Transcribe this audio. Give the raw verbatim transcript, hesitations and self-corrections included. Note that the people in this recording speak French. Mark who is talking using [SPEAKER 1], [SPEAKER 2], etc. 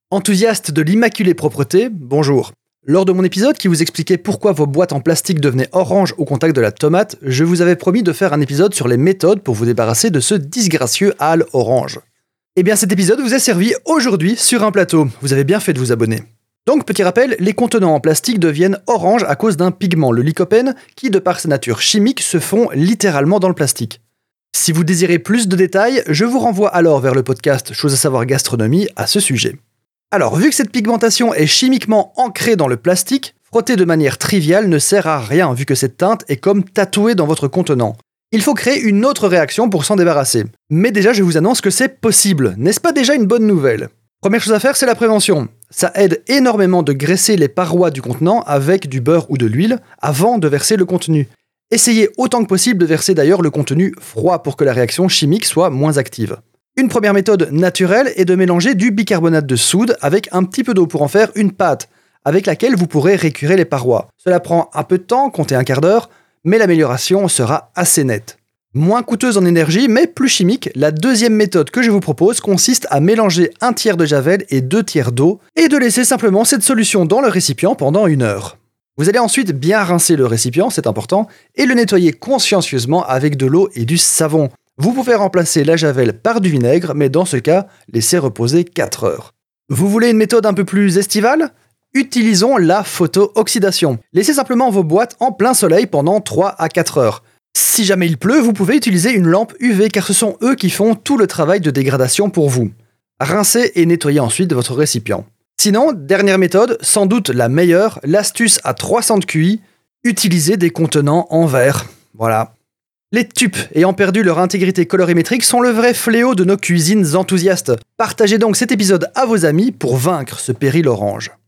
[SPEAKER 1] Enthousiaste de l'immaculée propreté, bonjour. Lors de mon épisode qui vous expliquait pourquoi vos boîtes en plastique devenaient orange au contact de la tomate, je vous avais promis de faire un épisode sur les méthodes pour vous débarrasser de ce disgracieux halo orange. Eh bien cet épisode vous est servi aujourd'hui sur un plateau, vous avez bien fait de vous abonner. Donc petit rappel, les contenants en plastique deviennent orange à cause d'un pigment, le lycopène, qui de par sa nature chimique se fond littéralement dans le plastique. Si vous désirez plus de détails, je vous renvoie alors vers le podcast Chose à savoir gastronomie à ce sujet. Alors, vu que cette pigmentation est chimiquement ancrée dans le plastique, frotter de manière triviale ne sert à rien vu que cette teinte est comme tatouée dans votre contenant. Il faut créer une autre réaction pour s'en débarrasser. Mais déjà, je vous annonce que c'est possible. N'est-ce pas déjà une bonne nouvelle ? Première chose à faire, c'est la prévention. Ça aide énormément de graisser les parois du contenant avec du beurre ou de l'huile avant de verser le contenu. Essayez autant que possible de verser d'ailleurs le contenu froid pour que la réaction chimique soit moins active. Une première méthode naturelle est de mélanger du bicarbonate de soude avec un petit peu d'eau pour en faire une pâte, avec laquelle vous pourrez récurer les parois. Cela prend un peu de temps, comptez un quart d'heure, mais l'amélioration sera assez nette. Moins coûteuse en énergie, mais plus chimique, la deuxième méthode que je vous propose consiste à mélanger un tiers de javel et deux tiers d'eau, et de laisser simplement cette solution dans le récipient pendant une heure. Vous allez ensuite bien rincer le récipient, c'est important, et le nettoyer consciencieusement avec de l'eau et du savon. Vous pouvez remplacer la javel par du vinaigre, mais dans ce cas, laissez reposer quatre heures. Vous voulez une méthode un peu plus estivale ? Utilisons la photo-oxydation. Laissez simplement vos boîtes en plein soleil pendant trois à quatre heures. Si jamais il pleut, vous pouvez utiliser une lampe U V car ce sont eux qui font tout le travail de dégradation pour vous. Rincez et nettoyez ensuite votre récipient. Sinon, dernière méthode, sans doute la meilleure, l'astuce à trois cents de Q I, utilisez des contenants en verre. Voilà. Les tubes ayant perdu leur intégrité colorimétrique sont le vrai fléau de nos cuisines enthousiastes. Partagez donc cet épisode à vos amis pour vaincre ce péril orange.